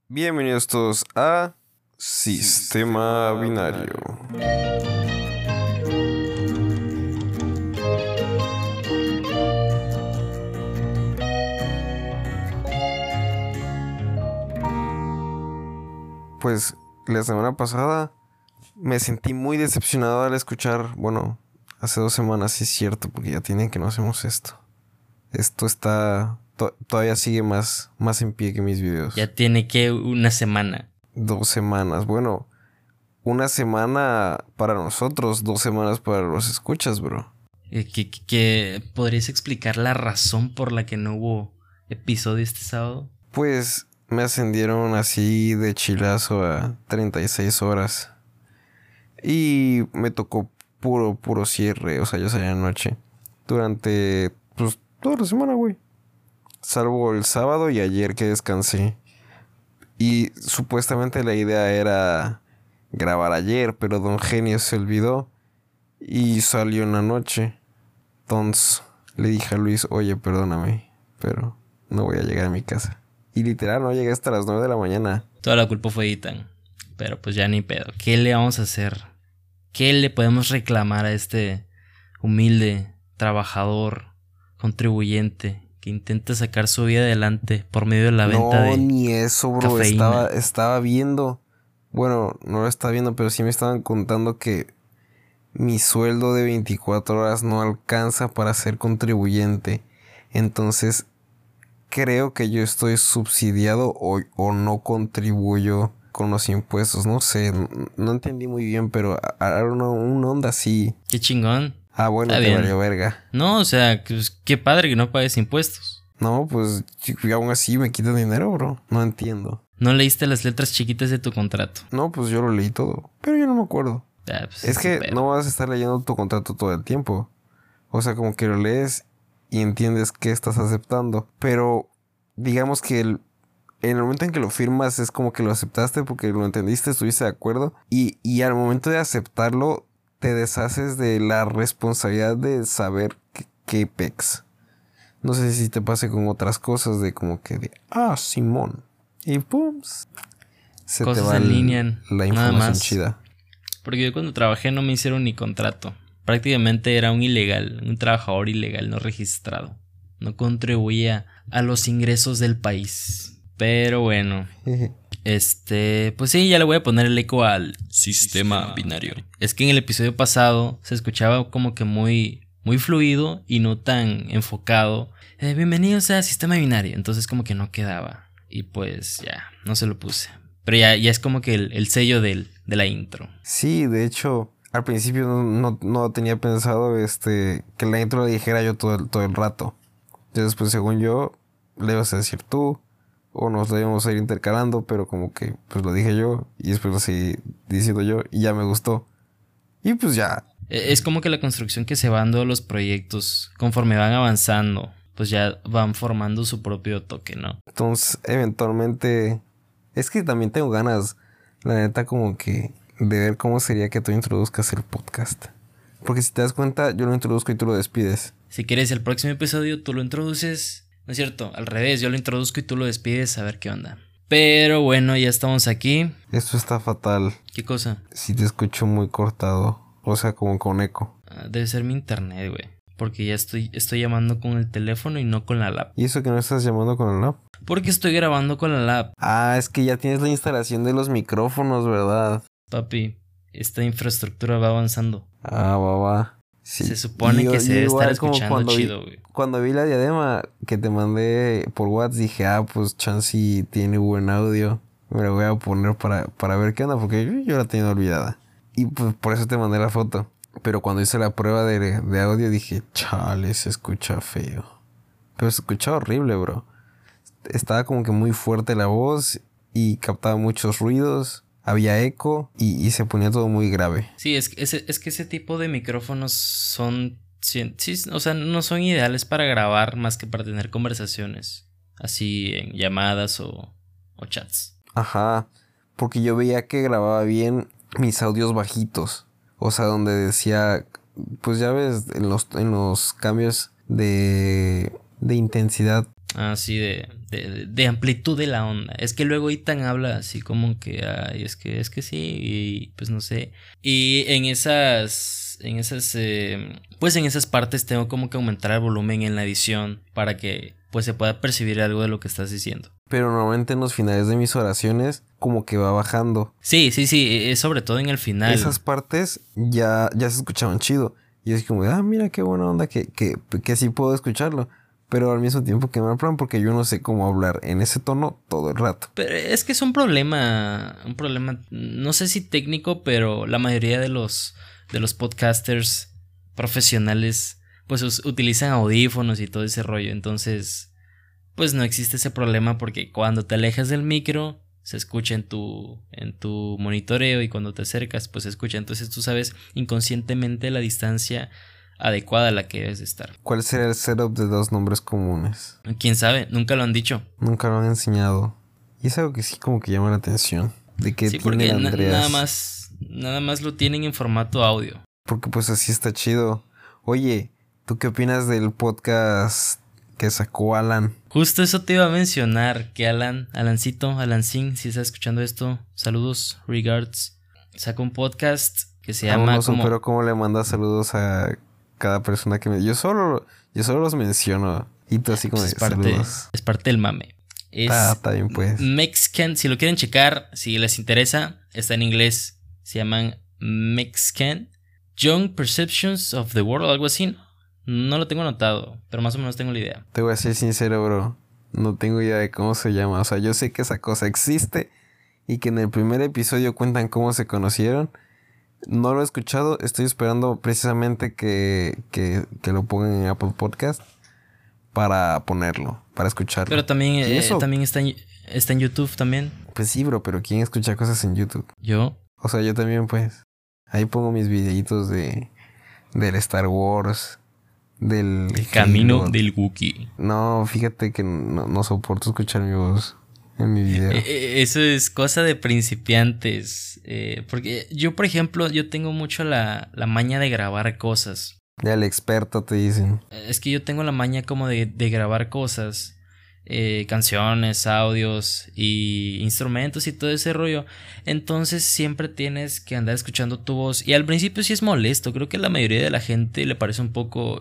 Bienvenidos todos a Sistema Binario. Pues la semana pasada me sentí muy decepcionado al escuchar, bueno, hace 2 semanas, sí es cierto, porque ya tienen que no hacemos esto. Esto está... todavía sigue más en pie que mis videos. Ya tiene que una semana. 2 semanas. Bueno, 1 semana para nosotros, 2 semanas para los escuchas, bro. ¿Que podrías explicar la razón por la que no hubo episodio este sábado? Pues me ascendieron así de chilazo a 36 horas. Y me tocó puro cierre, o sea, yo salía anoche. Durante, pues, toda la semana, güey. Salvo el sábado y ayer que descansé. Y supuestamente la idea era grabar ayer, pero Don Genio se olvidó y salió en la noche. Entonces le dije a Luis, oye, perdóname, pero no voy a llegar a mi casa. Y literal no llegué hasta las 9 de la mañana. Toda la culpa fue de Ethan. Pero pues ya ni pedo. ¿Qué le vamos a hacer? ¿Qué le podemos reclamar a este humilde trabajador, contribuyente, que intenta sacar su vida adelante por medio de la venta de ni eso, bro. cafeína? Estaba viendo. Bueno, no lo estaba viendo, pero sí me estaban contando que mi sueldo de 24 horas no alcanza para ser contribuyente. Entonces, creo que yo estoy subsidiado o no contribuyo con los impuestos. No sé, no entendí muy bien, pero era una onda así. Qué chingón. Ah, bueno, Está te bien. valió verga. No, o sea, pues, qué padre que no pagues impuestos. No, pues aún así me quitan dinero, bro. No entiendo. ¿No leíste las letras chiquitas de tu contrato? No, pues yo lo leí todo, pero yo no me acuerdo. Pues Es que no vas a estar leyendo tu contrato todo el tiempo. O sea, como que lo lees y entiendes qué estás aceptando. Pero digamos que en el momento en que lo firmas es como que lo aceptaste porque lo entendiste, estuviste de acuerdo. Y al momento de aceptarlo te deshaces de la responsabilidad de saber qué pex. No sé si te pase con otras cosas de como que de, Simón. Y pum, se cosas te va en línea, la nada información más. chida. Porque yo cuando trabajé no me hicieron ni contrato. Prácticamente era un ilegal, un trabajador ilegal no registrado. No contribuía a los ingresos del país. Pero bueno, pues sí, ya le voy a poner el eco al sistema binario. Es que en el episodio pasado se escuchaba como que muy fluido y no tan enfocado. Bienvenidos a sistema binario. Entonces como que no quedaba. Y pues ya, no se lo puse. Pero ya es como que el sello de la intro. Sí, de hecho, al principio no tenía pensado que la intro la dijera yo todo el rato. Y después, según yo, le ibas a decir tú, o nos lo íbamos a ir intercalando, pero como que pues lo dije yo, y después lo seguí diciendo yo, y ya me gustó. Y pues ya. Es como que la construcción que se va dando los proyectos, conforme van avanzando, pues ya van formando su propio toque, ¿no? Entonces, eventualmente, es que también tengo ganas, la neta, como que de ver cómo sería que tú introduzcas el podcast. Porque si te das cuenta, yo lo introduzco y tú lo despides. Si quieres el próximo episodio, tú lo introduces. No es cierto, al revés, yo lo introduzco y tú lo despides a ver qué onda. Pero bueno, ya estamos aquí. Esto está fatal. ¿Qué cosa? Si te escucho muy cortado, o sea, como con eco. Debe ser mi internet, güey. Porque ya estoy llamando con el teléfono y no con la lap. ¿Y eso que no estás llamando con el lap? Porque estoy grabando con la lap. Es que ya tienes la instalación de los micrófonos, ¿verdad? Papi, esta infraestructura va avanzando. Va. Sí. Se supone que se debe estar escuchando chido, güey. Cuando vi la diadema que te mandé por WhatsApp, dije, pues Chansey tiene buen audio. Me la voy a poner para ver qué onda, porque yo la tenía olvidada. Y pues por eso te mandé la foto. Pero cuando hice la prueba de audio dije, chale, se escucha feo. Pero se escucha horrible, bro. Estaba como que muy fuerte la voz y captaba muchos ruidos. Había eco y se ponía todo muy grave. Sí, es que ese tipo de micrófonos son... Sí, o sea, no son ideales para grabar más que para tener conversaciones. Así en llamadas o chats. Ajá, porque yo veía que grababa bien mis audios bajitos. O sea, donde decía... Pues ya ves, en los cambios de intensidad Así de amplitud de la onda. Es que luego Ethan habla así como que, ay, es que sí, y pues no sé. Y pues en esas partes tengo como que aumentar el volumen en la edición para que pues se pueda percibir algo de lo que estás diciendo. Pero normalmente en los finales de mis oraciones como que va bajando. Sí, es sobre todo en el final. Esas partes ya se escuchaban chido. Y es como, mira qué buena onda que sí puedo escucharlo. Pero al mismo tiempo que me plan porque yo no sé cómo hablar en ese tono todo el rato. Pero es que es un problema, no sé si técnico, pero la mayoría de los podcasters profesionales pues utilizan audífonos y todo ese rollo. Entonces, pues no existe ese problema porque cuando te alejas del micro se escucha en tu monitoreo y cuando te acercas pues se escucha. Entonces tú sabes inconscientemente la distancia adecuada a la que debes de estar. ¿Cuál será el setup de dos nombres comunes? ¿Quién sabe? Nunca lo han dicho. Nunca lo han enseñado. Y es algo que sí como que llama la atención. De que sí, tiene porque Andreas. nada más lo tienen en formato audio. Porque pues así está chido. Oye, ¿tú qué opinas del podcast que sacó Alan? Justo eso te iba a mencionar, que Alancín, si estás escuchando esto, saludos, regards. Sacó un podcast que se llama no supero cómo le manda saludos a cada persona que me... Yo solo los menciono. Y tú así como pues saludos. Es parte del mame. Está bien pues. Mexican, si lo quieren checar, si les interesa, está en inglés. Se llaman Mexican Young Perceptions of the World, algo así. No lo tengo anotado, pero más o menos tengo la idea. Te voy a ser sincero, bro. No tengo idea de cómo se llama. O sea, yo sé que esa cosa existe y que en el primer episodio cuentan cómo se conocieron. No lo he escuchado. Estoy esperando precisamente que lo pongan en Apple Podcast para ponerlo, para escucharlo. Pero también, también está en YouTube también. Pues sí, bro, pero ¿quién escucha cosas en YouTube? Yo. O sea, yo también, pues. Ahí pongo mis videitos del Star Wars, del camino Halo. del Wookiee. No, fíjate que no soporto escuchar mi voz en mi video. Eso es cosa de principiantes. Porque yo, por ejemplo, yo tengo mucho la maña de grabar cosas. Ya el experto te dicen. Es que yo tengo la maña como de grabar cosas. Canciones, audios y instrumentos y todo ese rollo. Entonces siempre tienes que andar escuchando tu voz. Y al principio sí es molesto. Creo que a la mayoría de la gente le parece un poco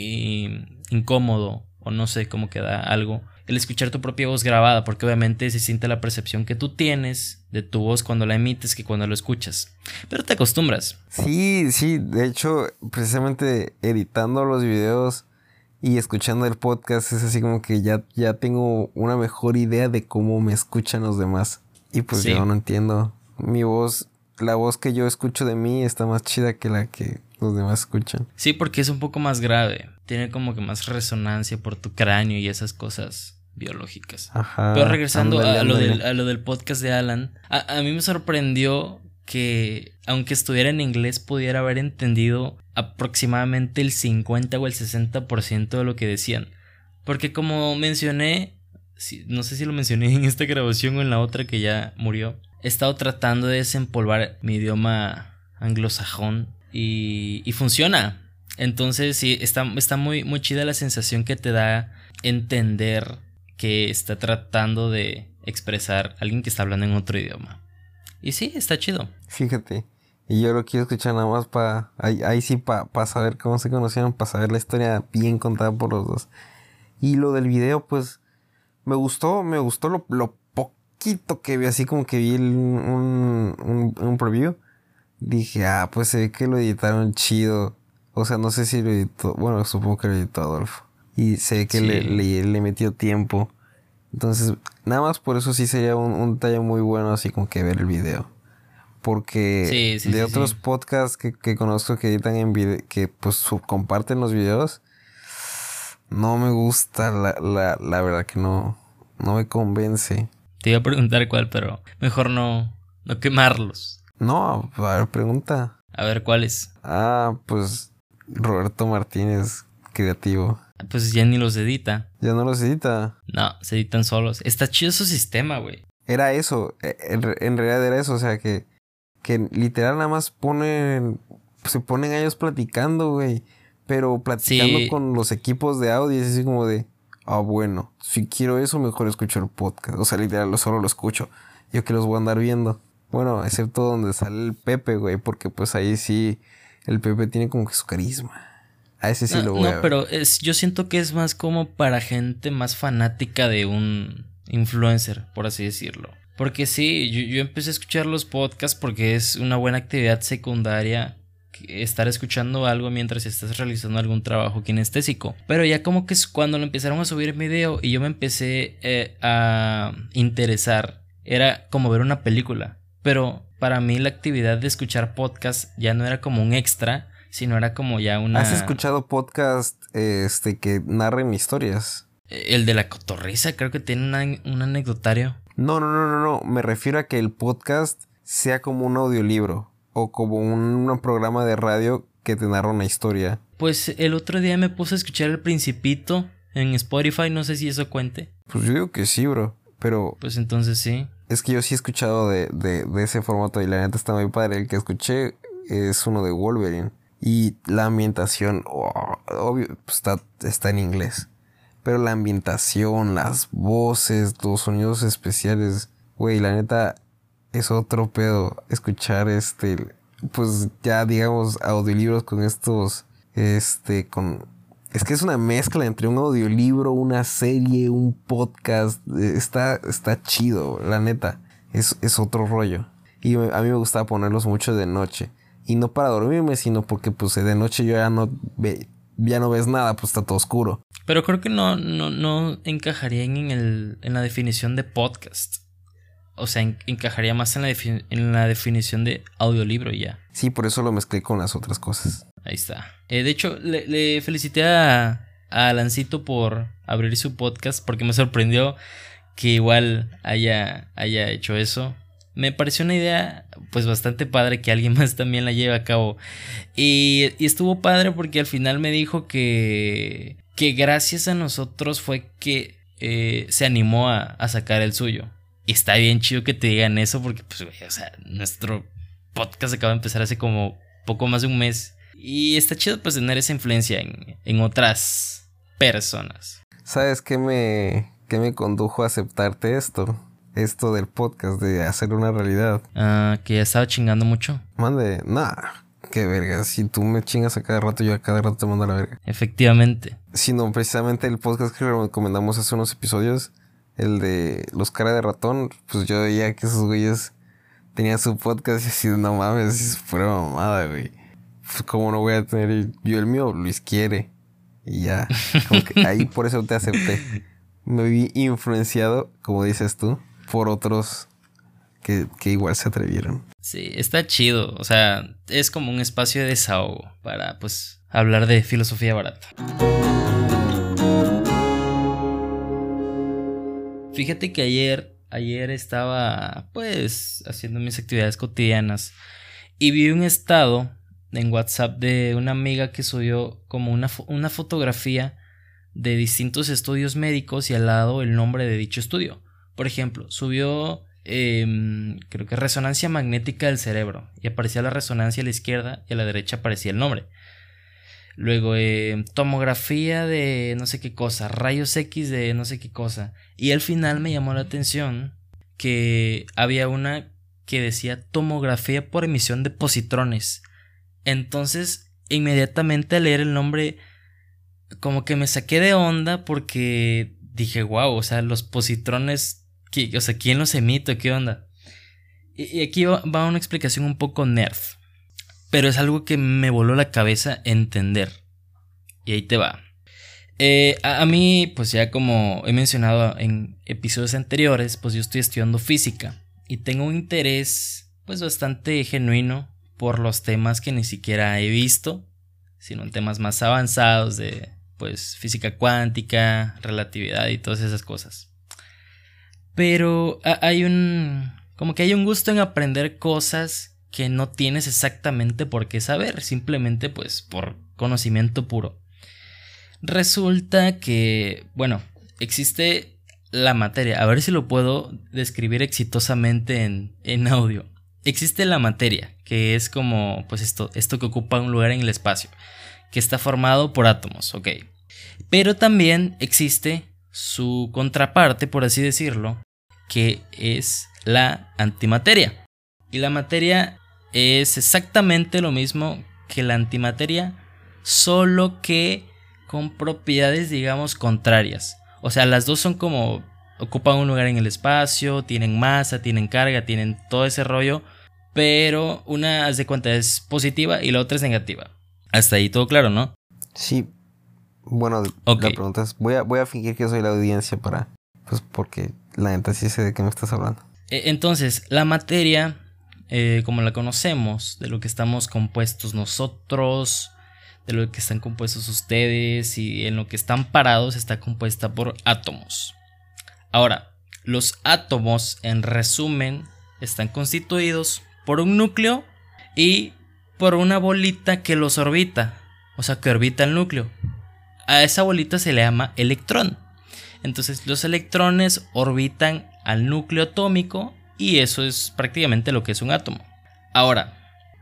incómodo. O no sé, cómo queda algo. El escuchar tu propia voz grabada. Porque obviamente se siente la percepción que tú tienes de tu voz cuando la emites que cuando lo escuchas. Pero te acostumbras. Sí. De hecho, precisamente editando los videos y escuchando el podcast es así como que ya tengo una mejor idea de cómo me escuchan los demás. Y pues sí. Yo no entiendo. Mi voz, la voz que yo escucho de mí está más chida que la que los demás escuchan. Sí, porque es un poco más grave. Tiene como que más resonancia por tu cráneo y esas cosas biológicas. Ajá. Pero regresando a lo del podcast de Alan, a mí me sorprendió que aunque estuviera en inglés pudiera haber entendido aproximadamente el 50 o el 60% de lo que decían. Porque como mencioné, no sé si lo mencioné en esta grabación o en la otra que ya murió, he estado tratando de desempolvar mi idioma anglosajón y funciona. Entonces sí, está muy, muy chida la sensación que te da entender que está tratando de expresar alguien que está hablando en otro idioma. Y sí, está chido. Fíjate, y yo lo quiero escuchar nada más para... Ahí sí para saber cómo se conocieron, para saber la historia bien contada por los dos. Y lo del video, pues, me gustó lo poquito que vi, así como que vi un preview. Dije, pues se ve que lo editaron chido. O sea, no sé si lo editó... Bueno, supongo que lo editó Adolfo. Y se ve que sí. le metió tiempo. Entonces, nada más por eso sí sería un detalle muy bueno así como que ver el video. Porque de otros podcasts que conozco que editan en video, que pues comparten los videos, no me gusta, la verdad que no me convence. Te iba a preguntar cuál, pero mejor no quemarlos. No, a ver, pregunta. A ver, ¿cuáles? Pues Roberto Martínez, creativo. Pues ya ni los edita. ¿Ya no los edita? No, se editan solos. Está chido su sistema, güey. Era eso, en realidad era eso, o sea que literal nada más se ponen ellos platicando, güey. Pero platicando con los equipos de audio, es así como de, Ah, bueno, si quiero eso, mejor escucho el podcast. O sea, literal, solo lo escucho. Yo que los voy a andar viendo. Bueno, excepto donde sale el Pepe, güey, porque pues ahí sí, el Pepe tiene como que su carisma. A ese sí No, lo voy a no, ver. pero yo siento que es más como para gente más fanática de un influencer, por así decirlo. Porque sí, yo empecé a escuchar los podcasts porque es una buena actividad secundaria estar escuchando algo mientras estás realizando algún trabajo kinestésico. Pero ya como que es cuando lo empezaron a subir en video y yo me empecé a interesar, era como ver una película. Pero para mí la actividad de escuchar podcast ya no era como un extra, sino era como ya una... ¿Has escuchado podcast que narren historias? El de la cotorriza creo que tiene un anecdotario. No. Me refiero a que el podcast sea como un audiolibro o como un programa de radio que te narra una historia. Pues el otro día me puse a escuchar El Principito en Spotify, no sé si eso cuente. Pues yo digo que sí, bro. Pero Pues entonces sí. es que yo sí he escuchado de ese formato y la neta está muy padre. El que escuché es uno de Wolverine. Y la ambientación, obvio, pues está en inglés. Pero la ambientación, las voces, los sonidos especiales, güey, la neta es otro pedo escuchar pues ya digamos audiolibros con estos, es que es una mezcla entre un audiolibro, una serie, un podcast, está chido, la neta, es otro rollo. Y a mí me gustaba ponerlos mucho de noche. Y no para dormirme, sino porque pues de noche yo ya no ves nada, pues está todo oscuro. Pero creo que no encajaría en la definición de podcast. O sea, encajaría más en la definición de audiolibro y ya. Sí, por eso lo mezclé con las otras cosas. Ahí está. De hecho, le felicité a Alancito por abrir su podcast porque me sorprendió que igual haya hecho eso. Me pareció una idea pues bastante padre que alguien más también la lleve a cabo. Y estuvo padre porque al final me dijo que gracias a nosotros fue que se animó a sacar el suyo. Y está bien chido que te digan eso porque pues güey, o sea, nuestro podcast acaba de empezar hace como poco más de un mes. Y está chido pues tener esa influencia en otras personas. ¿Sabes qué me condujo a aceptarte esto? Esto del podcast, de hacer una realidad. Que ya estaba chingando mucho. Mande, nah, qué verga. Si tú me chingas a cada rato, yo a cada rato te mando a la verga. Efectivamente. Sino precisamente el podcast que recomendamos hace unos episodios, el de Los Cara de Ratón, pues yo veía que esos güeyes tenían su podcast y así, no mames, es pura mamada, güey. Pues cómo no voy a tener yo el mío, Luis quiere. Y ya, como que ahí por eso te acepté. Me vi influenciado, como dices tú, por otros que igual se atrevieron. Sí, está chido. O sea, es como un espacio de desahogo para, pues, hablar de filosofía barata. Fíjate que ayer estaba, pues, haciendo mis actividades cotidianas y vi un estado en WhatsApp de una amiga que subió como una fotografía de distintos estudios médicos y al lado el nombre de dicho estudio. Por ejemplo, subió creo que resonancia magnética del cerebro y aparecía la resonancia a la izquierda y a la derecha aparecía el nombre. Luego tomografía de no sé qué cosa, rayos X de no sé qué cosa. Y al final me llamó la atención que había una que decía tomografía por emisión de positrones. Entonces inmediatamente al leer el nombre como que me saqué de onda porque dije, wow, o sea, los positrones, o sea, ¿quién los emite? ¿Qué onda? Y aquí va una explicación un poco nerd, pero es algo que me voló la cabeza entender. Y ahí te va. A mí, pues ya como he mencionado en episodios anteriores, pues yo estoy estudiando física y tengo un interés pues bastante genuino por los temas que ni siquiera he visto, sino en temas más avanzados de pues física cuántica, relatividad y todas esas cosas. Pero hay un gusto en aprender cosas que no tienes exactamente por qué saber, simplemente pues por conocimiento puro. Resulta que, bueno, existe la materia, a ver si lo puedo describir exitosamente en audio. Existe la materia, que es como pues esto que ocupa un lugar en el espacio, que está formado por átomos, ok. Pero también existe su contraparte, por así decirlo, que es la antimateria. Y la materia es exactamente lo mismo que la antimateria, solo que con propiedades, digamos, contrarias. O sea, las dos son como ocupan un lugar en el espacio, tienen masa, tienen carga, tienen todo ese rollo, pero una, haz de cuenta, es positiva y la otra es negativa. Hasta ahí todo claro, ¿no? Sí. Bueno, okay. La pregunta es, voy a fingir que soy la audiencia para... Pues porque la neta sí sé de qué me estás hablando. Entonces, la materia, como la conocemos, de lo que estamos compuestos nosotros, de lo que están compuestos ustedes y en lo que están parados, está compuesta por átomos. Ahora, los átomos, en resumen, están constituidos por un núcleo y por una bolita que los orbita, o sea, que orbita el núcleo. A esa bolita se le llama electrón. Entonces los electrones orbitan al núcleo atómico y eso es prácticamente lo que es un átomo. Ahora,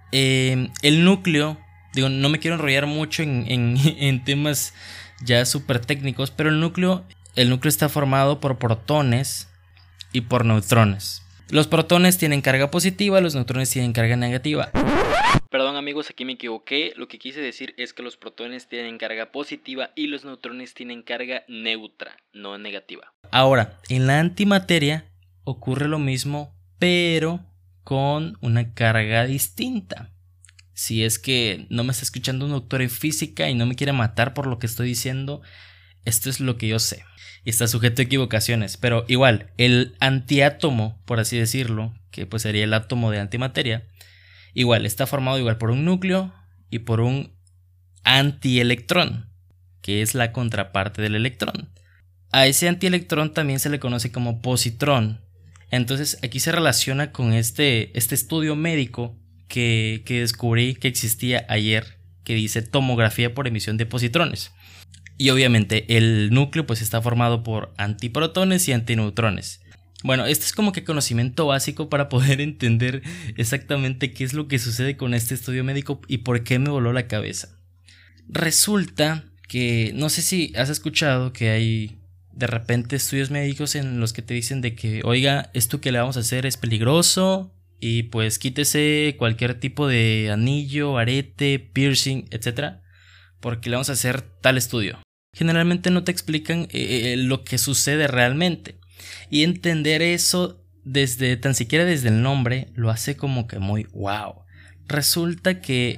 el núcleo, digo, no me quiero enrollar mucho en temas ya súper técnicos, pero el núcleo está formado por protones y por neutrones. Los protones tienen carga positiva, los neutrones tienen carga negativa. Perdón amigos, aquí me equivoqué. Lo que quise decir es que los protones tienen carga positiva y los neutrones tienen carga neutra, no negativa. Ahora, en la antimateria ocurre lo mismo, pero con una carga distinta. Si es que no me está escuchando un doctor en física y no me quiere matar por lo que estoy diciendo, esto es lo que yo sé. Y está sujeto a equivocaciones, pero igual, el antiátomo, por así decirlo, que pues sería el átomo de antimateria, igual, está formado igual por un núcleo y por un antielectrón, que es la contraparte del electrón. A ese antielectrón también se le conoce como positrón. Entonces aquí se relaciona con este estudio médico que descubrí que existía ayer, que dice tomografía por emisión de positrones. Y obviamente el núcleo pues está formado por antiprotones y antineutrones. Bueno, esto es como que conocimiento básico para poder entender exactamente qué es lo que sucede con este estudio médico y por qué me voló la cabeza. Resulta que, no sé si has escuchado que hay de repente estudios médicos en los que te dicen de que, oiga, esto que le vamos a hacer es peligroso y pues quítese cualquier tipo de anillo, arete, piercing, etc. porque le vamos a hacer tal estudio. Generalmente no te explican lo que sucede realmente. Y entender eso tan siquiera desde el nombre lo hace como que muy wow. Resulta que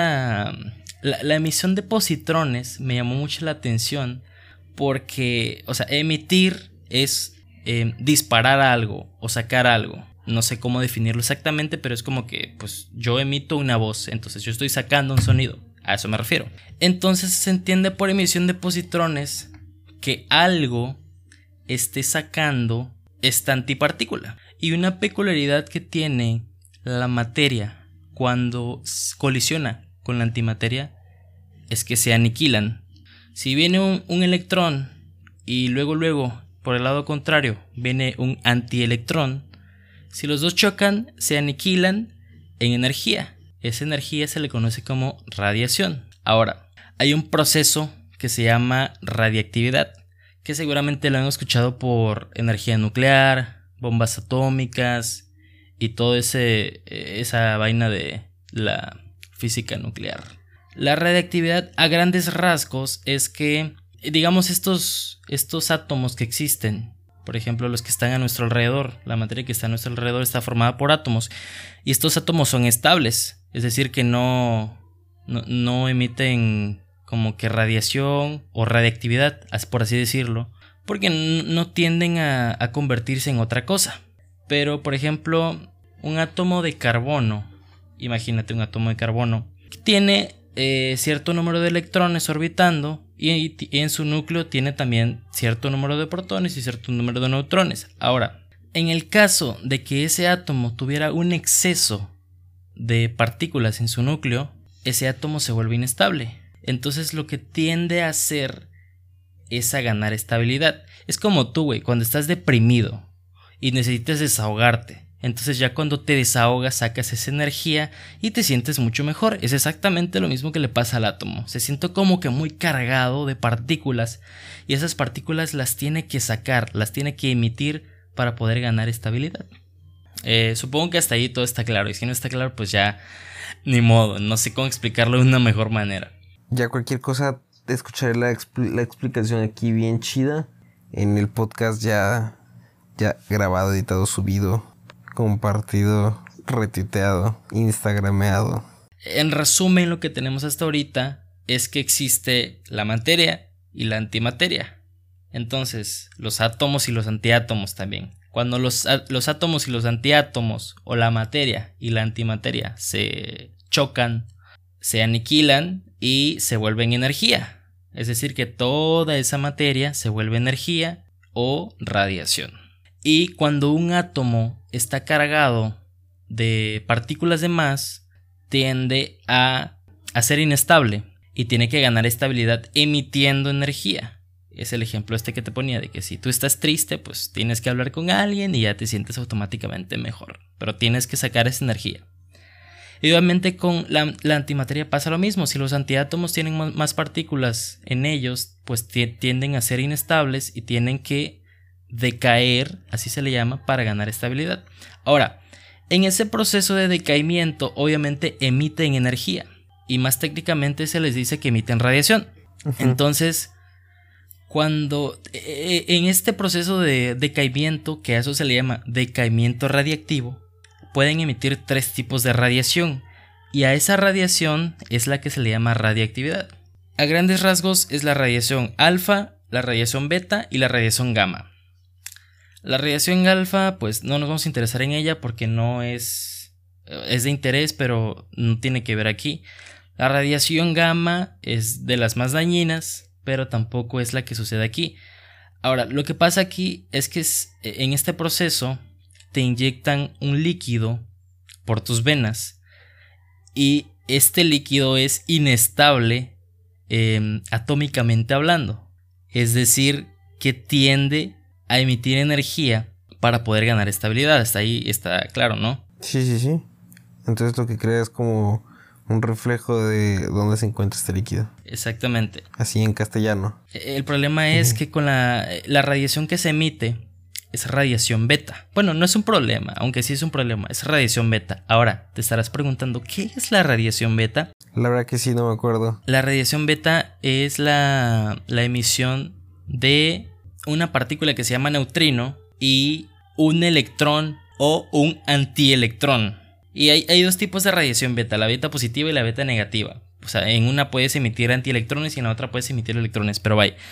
la emisión de positrones me llamó mucho la atención porque, o sea, emitir es disparar algo o sacar algo. No sé cómo definirlo exactamente, pero es como que pues yo emito una voz, entonces yo estoy sacando un sonido. A eso me refiero. Entonces se entiende por emisión de positrones que algo esté sacando esta antipartícula. Y una peculiaridad que tiene la materia cuando colisiona con la antimateria es que se aniquilan. Si viene un electrón y luego por el lado contrario viene un antielectrón, si los dos chocan se aniquilan en energía. Esa energía se le conoce como radiación. Ahora, hay un proceso que se llama radiactividad, que seguramente lo han escuchado por energía nuclear, bombas atómicas y toda esa vaina de la física nuclear. La radiactividad a grandes rasgos es que, digamos, estos átomos que existen, por ejemplo los que están a nuestro alrededor, la materia que está a nuestro alrededor está formada por átomos y estos átomos son estables. Es decir, que no emiten como que radiación o radiactividad, por así decirlo, porque no tienden a convertirse en otra cosa. Pero, por ejemplo, un átomo de carbono, imagínate un átomo de carbono, tiene cierto número de electrones orbitando y en su núcleo tiene también cierto número de protones y cierto número de neutrones. Ahora, en el caso de que ese átomo tuviera un exceso de partículas en su núcleo, ese átomo se vuelve inestable. Entonces lo que tiende a hacer es a ganar estabilidad. Es como tú, güey, cuando estás deprimido y necesitas desahogarte Entonces ya cuando te desahogas sacas esa energía y te sientes mucho mejor. Es exactamente lo mismo que le pasa al átomo. Se siente como que muy cargado de partículas y esas partículas las tiene que sacar, las tiene que emitir para poder ganar estabilidad. Supongo que hasta ahí todo está claro y si no está claro pues ya ni modo, no sé cómo explicarlo de una mejor manera. Ya cualquier cosa escucharé la explicación aquí bien chida en el podcast ya grabado, editado, subido, compartido, retuiteado, instagrameado. En resumen, lo que tenemos hasta ahorita es que existe la materia y la antimateria. Entonces, los átomos y los antiátomos también. Cuando los átomos y los antiátomos, o la materia y la antimateria, se chocan, se aniquilan y se vuelven energía. Es decir, que toda esa materia se vuelve energía o radiación. Y cuando un átomo está cargado de partículas de más, tiende a ser inestable y tiene que ganar estabilidad emitiendo energía. Es el ejemplo este que te ponía de que si tú estás triste, pues tienes que hablar con alguien y ya te sientes automáticamente mejor. Pero tienes que sacar esa energía. Y obviamente con la antimateria pasa lo mismo. Si los antiátomos tienen más partículas en ellos, pues tienden a ser inestables y tienen que decaer, así se le llama, para ganar estabilidad. Ahora, en ese proceso de decaimiento, obviamente emiten energía. Y más técnicamente se les dice que emiten radiación. Entonces, cuando en este proceso de decaimiento, que a eso se le llama decaimiento radiactivo, pueden emitir 3 tipos de radiación y a esa radiación es la que se le llama radiactividad. A grandes rasgos es la radiación alfa, la radiación beta y la radiación gamma. La radiación alfa pues no nos vamos a interesar en ella porque no es de interés, pero no tiene que ver aquí. La radiación gamma es de las más dañinas, pero tampoco es la que sucede aquí. Ahora, lo que pasa aquí es que en este proceso te inyectan un líquido por tus venas y este líquido es inestable atómicamente hablando, es decir, que tiende a emitir energía para poder ganar estabilidad. Hasta ahí está claro, ¿no? Sí. Entonces lo que crea es como un reflejo de dónde se encuentra este líquido. Exactamente. Así en castellano. El problema es que con la radiación que se emite es radiación beta. Bueno, no es un problema, aunque sí es un problema, es radiación beta. Ahora, te estarás preguntando, ¿qué es la radiación beta? La verdad que sí, no me acuerdo. La radiación beta es la emisión de una partícula que se llama neutrino y un electrón o un antielectrón. Y hay 2 tipos de radiación beta, la beta positiva y la beta negativa. O sea, en una puedes emitir antielectrones y en la otra puedes emitir electrones, pero vaya.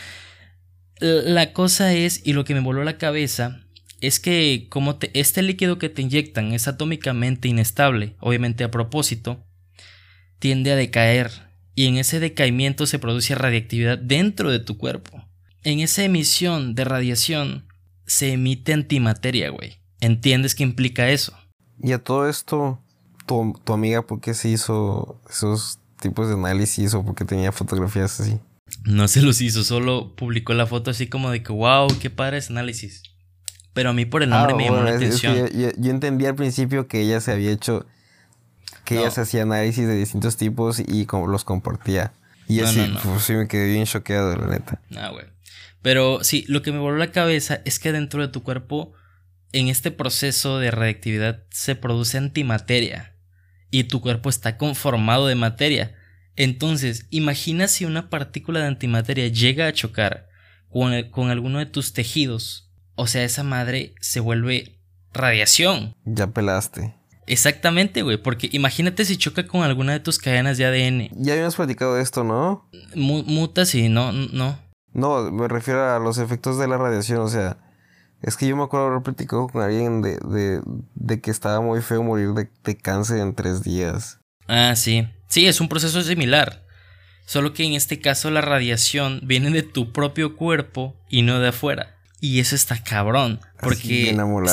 La cosa es, y lo que me voló la cabeza, es que como este líquido que te inyectan es atómicamente inestable, obviamente a propósito, tiende a decaer. Y en ese decaimiento se produce radiactividad dentro de tu cuerpo. En esa emisión de radiación se emite antimateria, güey. ¿Entiendes qué implica eso? Y a todo esto, tu amiga, ¿por qué se hizo esos tipos de análisis o por qué tenía fotografías así? No se los hizo, solo publicó la foto así como de que wow, qué padre ese análisis. Pero a mí por el nombre me llamó la atención. Yo entendí al principio que ella se había hecho, ella se hacía análisis de distintos tipos y los compartía. Y así, pues sí me quedé bien choqueado, la neta. Güey. Pero sí, lo que me voló la cabeza es que dentro de tu cuerpo, en este proceso de radiactividad, se produce antimateria. Y tu cuerpo está conformado de materia. Entonces, imagina si una partícula de antimateria llega a chocar con alguno de tus tejidos. O sea, esa madre se vuelve radiación. Ya pelaste. Exactamente, güey, porque imagínate si choca con alguna de tus cadenas de ADN. Ya habíamos platicado de esto, ¿no? Mutas y no. No, me refiero a los efectos de la radiación, o sea, es que yo me acuerdo haber platicado con alguien de que estaba muy feo morir de cáncer en 3 días. Ah, sí. Sí, es un proceso similar. Solo que en este caso la radiación viene de tu propio cuerpo y no de afuera. Y eso está cabrón. Porque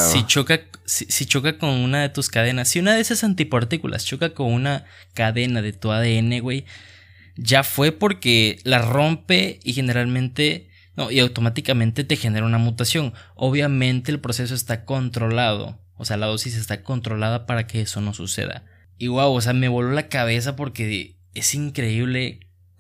si choca con una de tus cadenas, si una de esas antipartículas choca con una cadena de tu ADN, güey, ya fue porque la rompe y generalmente... No, y automáticamente te genera una mutación. Obviamente el proceso está controlado O sea, la dosis está controlada para que eso no suceda. Y wow, o sea, me voló la cabeza porque es increíble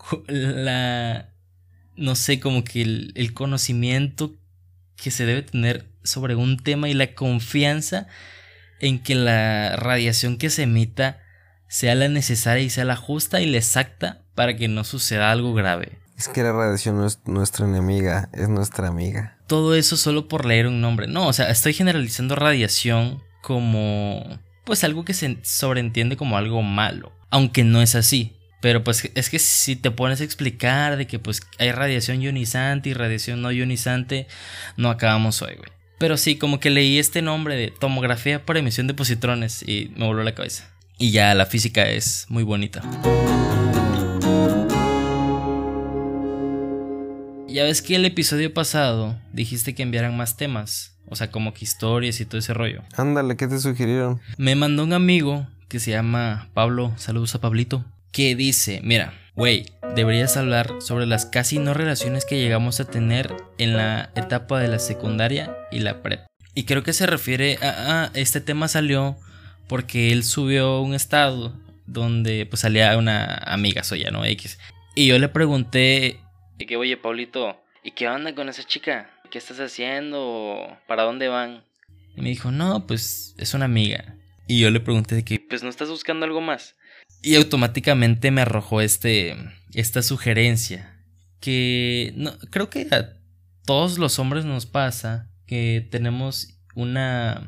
no sé, como que el conocimiento que se debe tener sobre un tema y la confianza en que la radiación que se emita sea la necesaria y sea la justa y la exacta para que no suceda algo grave. Es que la radiación no es nuestra enemiga, es nuestra amiga. Todo eso solo por leer un nombre. No, o sea, estoy generalizando radiación como pues algo que se sobreentiende como algo malo, aunque no es así. Pero pues es que si te pones a explicar de que pues hay radiación ionizante y radiación no ionizante, no acabamos hoy, güey. Pero sí, como que leí este nombre de tomografía por emisión de positrones y me voló la cabeza. Y ya la física es muy bonita. Ya ves que el episodio pasado dijiste que enviaran más temas, o sea, como que historias y todo ese rollo. Ándale, ¿qué te sugirieron? Me mandó un amigo que se llama Pablo, saludos a Pablito, que dice, mira, güey, deberías hablar sobre las casi no relaciones que llegamos a tener en la etapa de la secundaria y la prep. Y creo que se refiere este tema salió porque él subió un estado donde pues salía una amiga suya, ¿no? X. Y yo le pregunté que, oye, Pablito, ¿y qué onda con esa chica? ¿Qué estás haciendo? ¿Para dónde van? Y me dijo, no, pues es una amiga. Y yo le pregunté de que, pues ¿no estás buscando algo más? Y automáticamente me arrojó esta sugerencia. Que no, creo que a todos los hombres nos pasa que tenemos una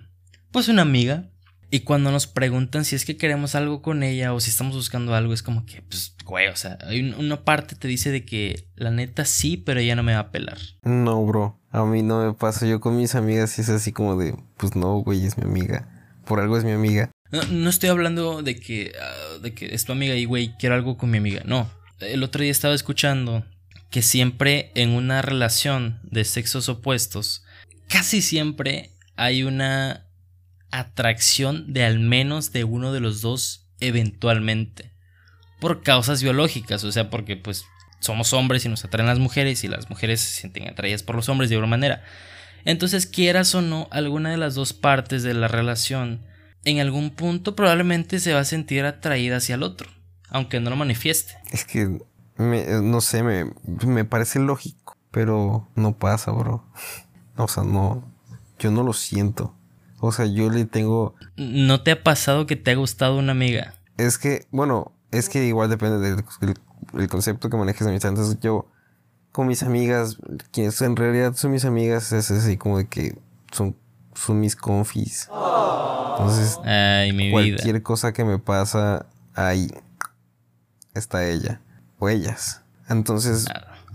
amiga. Y cuando nos preguntan si es que queremos algo con ella o si estamos buscando algo, es como que, pues, güey, o sea, hay una parte te dice de que la neta sí, pero ella no me va a pelar. No, bro, a mí no me pasa. Yo con mis amigas es así como de, pues no, güey, es mi amiga. Por algo es mi amiga. No estoy hablando de que es tu amiga y, güey, quiero algo con mi amiga. No, el otro día estaba escuchando que siempre en una relación de sexos opuestos, casi siempre hay una atracción de al menos de uno de los dos eventualmente, por causas biológicas, o sea, porque pues somos hombres y nos atraen las mujeres y las mujeres se sienten atraídas por los hombres de alguna manera. Entonces, quieras o no, alguna de las dos partes de la relación en algún punto probablemente se va a sentir atraída hacia el otro, aunque no lo manifieste. Es que no sé, me parece lógico, pero no pasa, bro. O sea, no, yo no lo siento. O sea, yo le tengo... ¿No te ha pasado que te ha gustado una amiga? Es que, bueno, es que igual depende del concepto que manejes de amistad. Entonces yo, con mis amigas, quienes en realidad son mis amigas, es así como de que son mis confis. Entonces, ay, mi cualquier vida. cosa que me pasa, ahí está ella. O ellas. Entonces,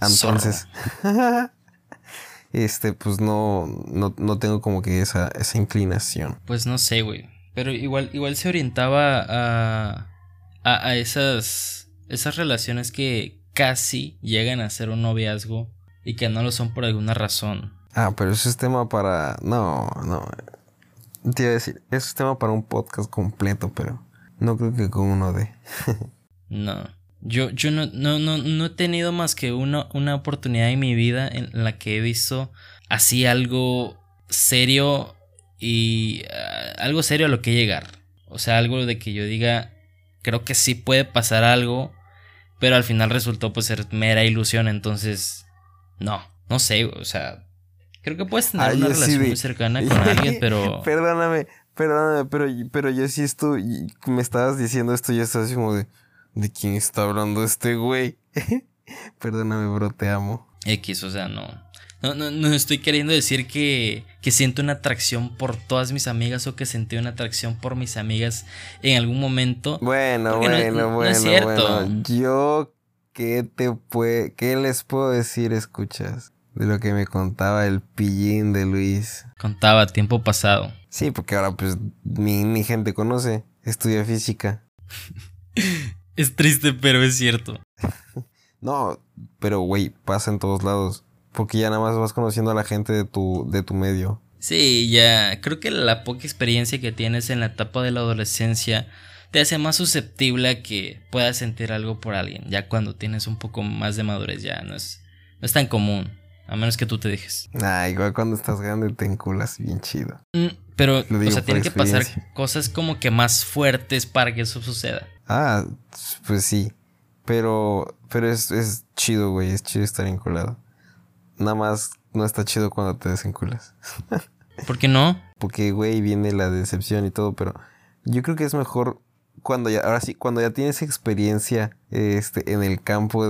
pues no tengo como que esa inclinación. Pues no sé, güey. Pero igual se orientaba a esas relaciones que casi llegan a ser un noviazgo y que no lo son por alguna razón. Ah, pero eso es tema para... No. Te iba a decir, eso es tema para un podcast completo, pero no creo que con uno de... No. Yo no he tenido más que una oportunidad en mi vida en la que he visto así algo serio y algo serio a lo que llegar. O sea, algo de que yo diga, creo que sí puede pasar algo, pero al final resultó pues ser mera ilusión. Entonces, no sé, o sea, creo que puedes tener una relación muy cercana con alguien, pero... Perdóname, pero yo sí me estabas diciendo esto y yo estaba así como ¿de quién está hablando este güey? Perdóname, bro, te amo. X, o sea, no estoy queriendo decir que siento una atracción por todas mis amigas o que sentí una atracción por mis amigas en algún momento. Bueno. No es cierto. Bueno. Yo, ¿qué les puedo decir, escuchas? De lo que me contaba el pillín de Luis. Contaba tiempo pasado. Sí, porque ahora pues mi gente conoce, estudia física. Es triste, pero es cierto. No, pero güey, pasa en todos lados. Porque ya nada más vas conociendo a la gente de tu medio. Sí, ya. Creo que la poca experiencia que tienes en la etapa de la adolescencia te hace más susceptible a que puedas sentir algo por alguien. Ya cuando tienes un poco más de madurez ya no es tan común. A menos que tú te dejes. Igual cuando estás grande te enculas bien chido. Pero, Lo o digo sea, por tienen que pasar experiencia. cosas como que más fuertes para que eso suceda. Ah, pues sí. Pero es chido, güey. Es chido estar enculado. Nada más no está chido cuando te desenculas. ¿Por qué no? Porque, güey, viene la decepción y todo. Pero yo creo que es mejor cuando ya, ahora sí, cuando ya tienes experiencia en el campo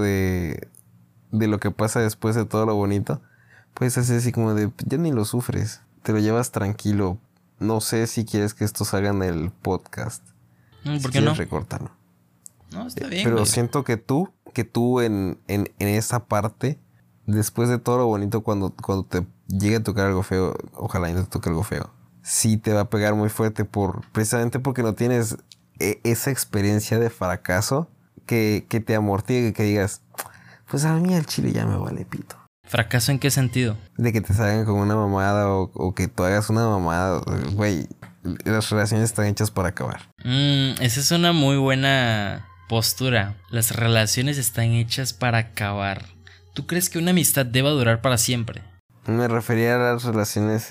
de lo que pasa después de todo lo bonito. Puedes hacer así como de, ya ni lo sufres. Te lo llevas tranquilo. No sé si quieres que esto salga en el podcast. Si ¿Por qué quieres no? recortarlo. No, está bien, Pero güey. siento que tú en esa parte, después de todo lo bonito, cuando te llegue a tocar algo feo, ojalá y no te toque algo feo, sí te va a pegar muy fuerte precisamente porque no tienes esa experiencia de fracaso que te amortigue, que digas, pues a mí el chile ya me vale pito. ¿Fracaso en qué sentido? De que te salgan con una mamada o que tú hagas una mamada, güey, las relaciones están hechas para acabar. Esa es una muy buena postura. Las relaciones están hechas para acabar. ¿Tú crees que una amistad deba durar para siempre? Me refería a las relaciones,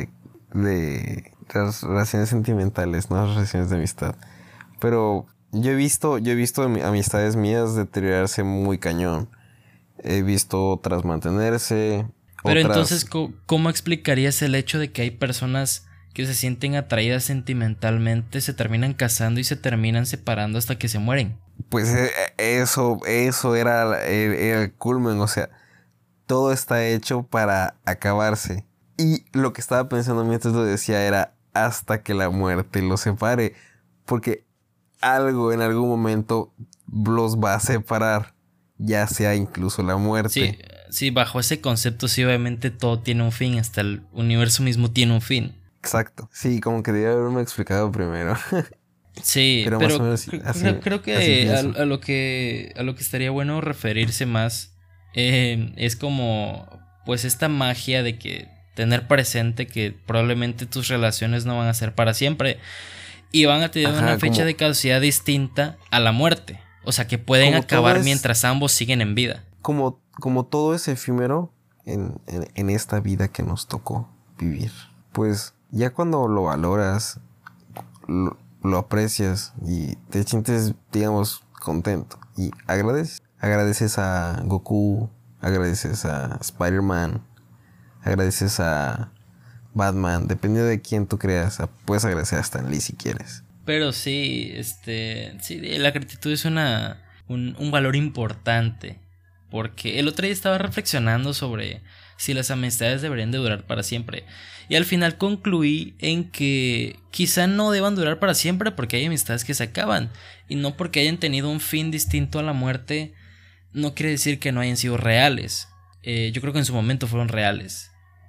de las relaciones sentimentales, no las relaciones de amistad. Pero yo he visto amistades mías deteriorarse muy cañón. He visto otras mantenerse, Pero entonces, otras, ¿cómo explicarías el hecho de que hay personas que se sienten atraídas sentimentalmente, se terminan casando y se terminan separando hasta que se mueren? pues eso era el culmen, o sea, todo está hecho para acabarse. Y lo que estaba pensando mientras lo decía era hasta que la muerte los separe. Porque algo en algún momento los va a separar. Ya sea incluso la Sí, muerte. sí, bajo ese concepto sí, obviamente todo tiene un fin, hasta el universo mismo tiene un fin. Exacto. Sí, como que debía haberme explicado primero. Sí, Pero más o pero menos creo así que pienso. a lo que estaría bueno referirse más es como pues esta magia de que tener presente que probablemente tus relaciones no van a ser para siempre y van a tener una Ajá, fecha de caducidad distinta a la muerte. O sea, que pueden como todo acabar es, mientras ambos siguen en vida. como todo es efímero en esta vida que nos tocó vivir. Pues ya cuando lo valoras, lo aprecias y te sientes, digamos, contento. Y agradeces. Agradeces a Goku, agradeces a Spider-Man, agradeces a Batman, dependiendo de quién tú creas. Puedes agradecer a Stan Lee si quieres. Pero sí, sí, la gratitud es un valor importante. Porque el otro día estaba reflexionando sobre si las amistades deberían de durar para siempre. Y al final concluí en que quizá no deban durar para siempre porque hay amistades que se acaban. Y no porque hayan tenido un fin distinto a la muerte, no quiere decir que no hayan sido reales. Yo creo que en su momento fueron reales.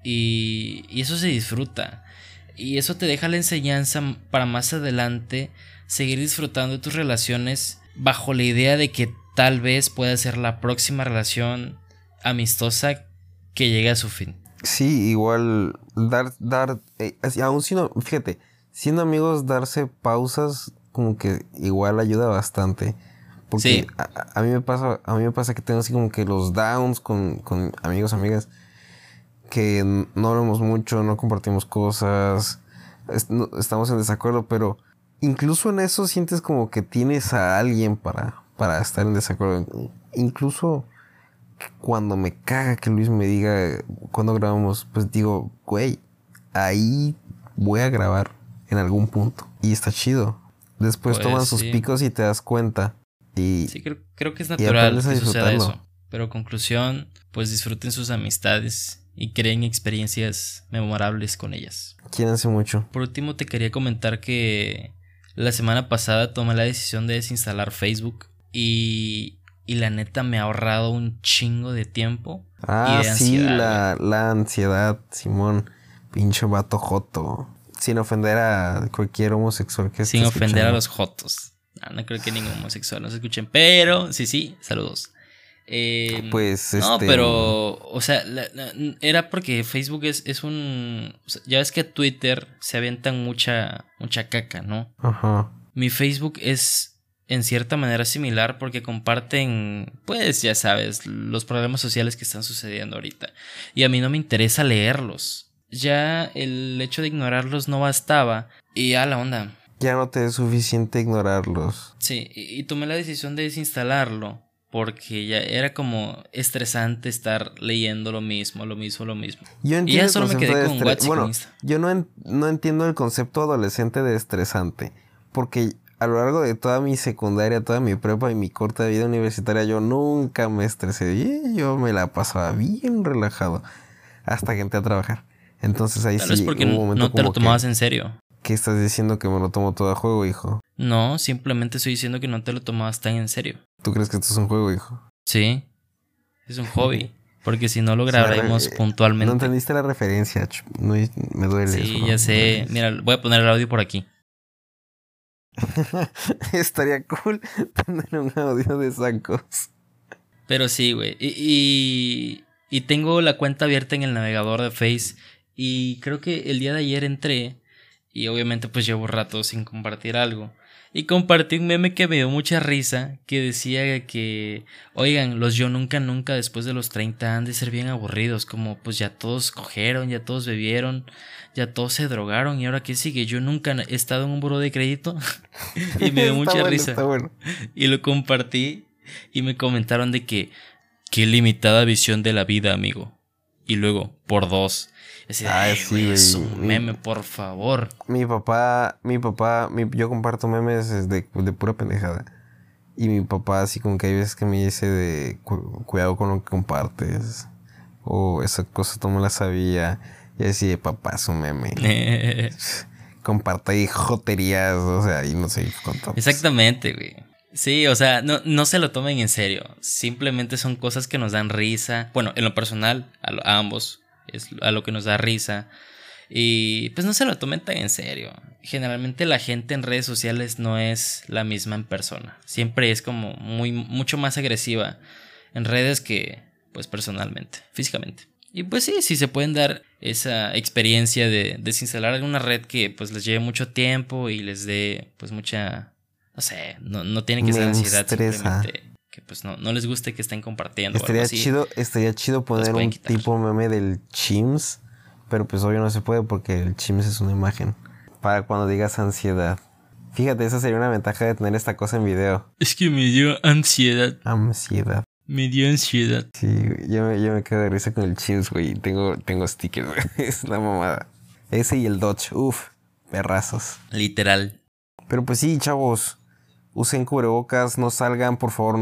Y eso se disfruta. Y eso te deja la enseñanza para más adelante seguir disfrutando de tus relaciones bajo la idea de que tal vez pueda ser la próxima relación amistosa que llegue a su fin. Sí, igual aún siendo, fíjate, siendo amigos, darse pausas como que igual ayuda bastante. Porque Sí, a mí me pasa que tengo así como que los downs con amigos, amigas, que no hablamos mucho, no compartimos cosas, estamos en desacuerdo, pero incluso en eso sientes como que tienes a alguien para estar en desacuerdo. Incluso cuando me caga que Luis me diga cuando grabamos, pues digo, güey, ahí voy a grabar en algún punto. Y está chido. Después pues toman sus sí. picos y te das cuenta. Sí, creo que es Y natural aprendes a que suceda disfrutarlo. eso. Pero conclusión, pues disfruten sus amistades y creen experiencias memorables con ellas. Quiéranse mucho. Por último, te quería comentar que la semana pasada tomé la decisión de desinstalar Facebook y la neta me ha ahorrado un chingo de tiempo y Ah, de sí, ansiedad, güey. la ansiedad, Simón. Pinche vato joto. Sin ofender a cualquier homosexual que esté Sin ofender a escuchando. los jotos. No creo que ningún homosexual nos escuchen, pero sí, saludos. Pues, No, pero, o sea, era porque Facebook es un... O sea, ya ves que a Twitter se avientan mucha caca, ¿no? Ajá. Mi Facebook es en cierta manera similar porque comparten, pues ya sabes, los problemas sociales que están sucediendo ahorita. Y a mí no me interesa leerlos. ya el hecho de ignorarlos no bastaba. Y a la onda. Ya no te es suficiente ignorarlos. Sí, y tomé la decisión de desinstalarlo. Porque ya era como estresante estar leyendo lo mismo. Yo Y ya entiendo solo el me concepto quedé de con WhatsApp y con Bueno, Insta. yo no entiendo el concepto adolescente de estresante. Porque a lo largo de toda mi secundaria, toda mi prepa y mi corta vida universitaria, yo nunca me estresé. Y yo me la pasaba bien relajado. Hasta que entré a trabajar. Entonces ahí Tal vez sí hubo un porque momento no te lo como tomabas que... en serio. ¿Qué estás diciendo que me lo tomo todo a juego, hijo? No, simplemente estoy diciendo que no te lo tomabas tan en serio. ¿Tú crees que esto es un juego, hijo? Sí, es un hobby. Porque si no lo Es una grabaremos no puntualmente. entendiste la referencia, no, me duele eso, Sí, bro. ya Me duele sé. eso. Mira, voy a poner el audio por aquí. Estaría cool tener un audio de Sancos. Pero sí, güey. Y tengo la cuenta abierta en el navegador de Face. Y creo que el día de ayer entré. Y obviamente pues llevo rato sin compartir algo. Y compartí un meme que me dio mucha risa. Que decía que, oigan, los yo nunca nunca después de los 30 han de ser bien aburridos. Como pues ya todos cogieron, ya todos bebieron, ya todos se drogaron. ¿Y ahora qué sigue? Yo nunca he estado en un buró de crédito. Y me dio Está mucha bueno, risa. está bueno. Y lo compartí. Y me comentaron de que qué limitada visión de la vida, amigo. Y luego, por dos. Así, Sí, güey, güey. es un meme, por favor. Yo comparto memes de pura pendejada. Y mi papá así como que hay veces que me dice de cuidado con lo que compartes. O esa cosa tú no la sabía. Y así, papá, es un meme. Comparte ahí joterías, o sea, y no sé cuánto. Exactamente, güey. Sí, o sea, no se lo tomen en serio. Simplemente son cosas que nos dan risa. Bueno, en lo personal, a ambos es a lo que nos da risa. Y pues no se lo tomen tan en serio. Generalmente la gente en redes sociales no es la misma en persona. Siempre es como mucho más agresiva en redes que pues personalmente, físicamente. Y pues sí, si se pueden dar esa experiencia de desinstalar alguna red que pues les lleve mucho tiempo y les dé pues mucha, no sé, no tiene que ser Me ansiedad, estresa. simplemente que pues no les guste que estén compartiendo o algo Estaría así. chido Los poner pueden un quitar. tipo meme del Chimps, pero pues obvio no se puede porque el Chimps es una imagen. Para cuando digas ansiedad. Fíjate, esa sería una ventaja de tener esta cosa en video. Es que me dio ansiedad. Ansiedad. Me dio ansiedad. Sí, güey, yo me quedo de risa con el Chimps, güey. Tengo stickers, güey. Es la mamada. Ese y el Dodge, uff, perrazos. Literal. Pero pues sí, chavos. Usen cubrebocas, no salgan, por favor,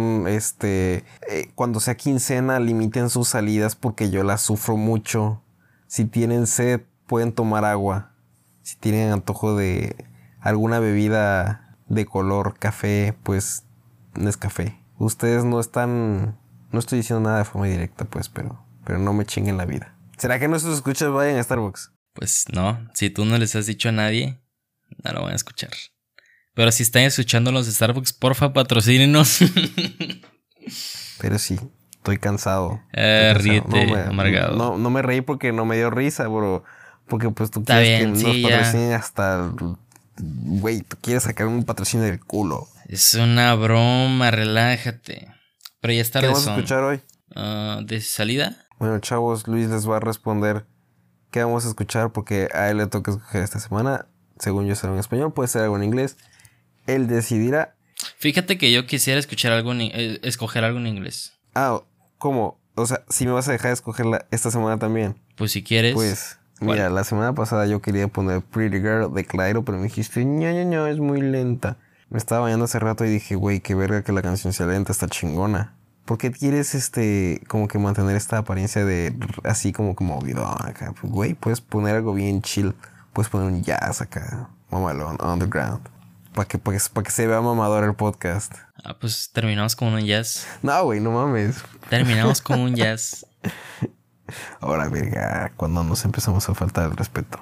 cuando sea quincena, limiten sus salidas porque yo las sufro mucho. Si tienen sed, pueden tomar agua. Si tienen antojo de alguna bebida de color café, pues no es café. Ustedes no están... No estoy diciendo nada de forma directa, pues, pero no me chinguen la vida. ¿Será que nuestros escuchas vayan a Starbucks? Pues no, si tú no les has dicho a nadie, no lo van a escuchar. Pero si están escuchando los de Starbucks, porfa, patrocínenos. Pero sí, estoy cansado. Ríete, amargado. No me reí porque no me dio risa, bro. Porque pues tú Está quieres bien, que sí, nos ya. patrocinen hasta... Güey, tú quieres sacar un patrocinio del culo. Es una broma, relájate. Pero ya es ¿Qué tarde. vamos a escuchar hoy? ¿De salida? Bueno, chavos, Luis les va a responder qué vamos a escuchar porque a él le toca escoger esta semana. Según yo será en español, puede ser algo en inglés. Él decidirá. Fíjate que yo quisiera escuchar algo escoger algo en inglés. ¿Cómo? O sea, si me vas a dejar escogerla esta semana también. Pues si quieres. Pues, ¿cuál? mira, la semana pasada yo quería poner Pretty Girl de Clairo, pero me dijiste, no, es muy lenta. Me estaba bañando hace rato y dije, güey, qué verga que la canción sea lenta, está chingona. ¿Por qué quieres, como que mantener esta apariencia de así como movido acá? Pues, güey, puedes poner algo bien chill. Puedes poner un jazz acá, mamalón, underground. Para que se vea mamador el podcast. Pues terminamos con un jazz. No, güey, no mames. Terminamos con un jazz. Ahora, verga, cuando nos empezamos a faltar el respeto.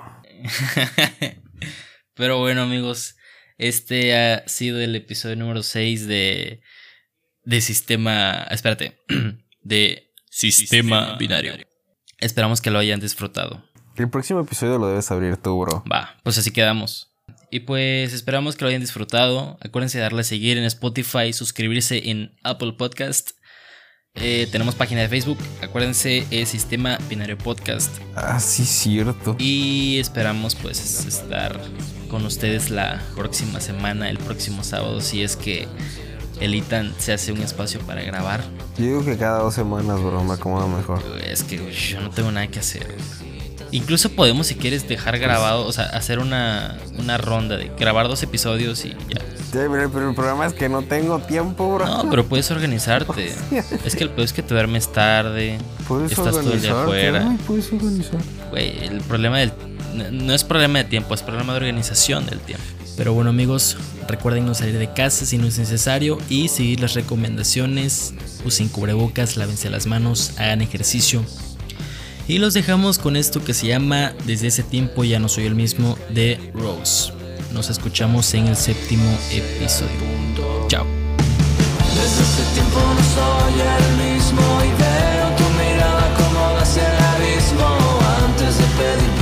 Pero bueno, amigos, este ha sido el episodio número 6 de Sistema... Espérate. De Sistema Binario. Esperamos que lo hayan disfrutado. El próximo episodio lo debes abrir tú, bro. Va, pues así quedamos. Y pues esperamos que lo hayan disfrutado. Acuérdense de darle a seguir en Spotify, suscribirse en Apple Podcast. Tenemos página de Facebook, acuérdense, Sistema Binario Podcast. Ah, sí, cierto. Y esperamos pues estar con ustedes la próxima semana, el próximo sábado, si es que el Itan se hace un espacio para grabar. Yo digo que cada 2 semanas, bro, me acomoda mejor. Es que yo no tengo nada que hacer. Incluso podemos, si quieres, dejar grabado, o sea, hacer una ronda de grabar 2 episodios y ya. Sí, pero el problema es que no tengo tiempo, bro. No, pero puedes organizarte. Es que el peor es que te duermes tarde. Estás todo el día afuera. Puedes organizar. Güey, el problema no es problema de tiempo, es problema de organización del tiempo. Pero bueno, amigos, recuerden no salir de casa si no es necesario y seguir las recomendaciones. Usen cubrebocas, lávense las manos, hagan ejercicio. Y los dejamos con esto que se llama Desde ese tiempo ya no soy el mismo, de Rose. Nos escuchamos en el 7º episodio. Chao. Desde ese tiempo no soy el mismo y veo tu mirada como hacia el abismo antes de pedir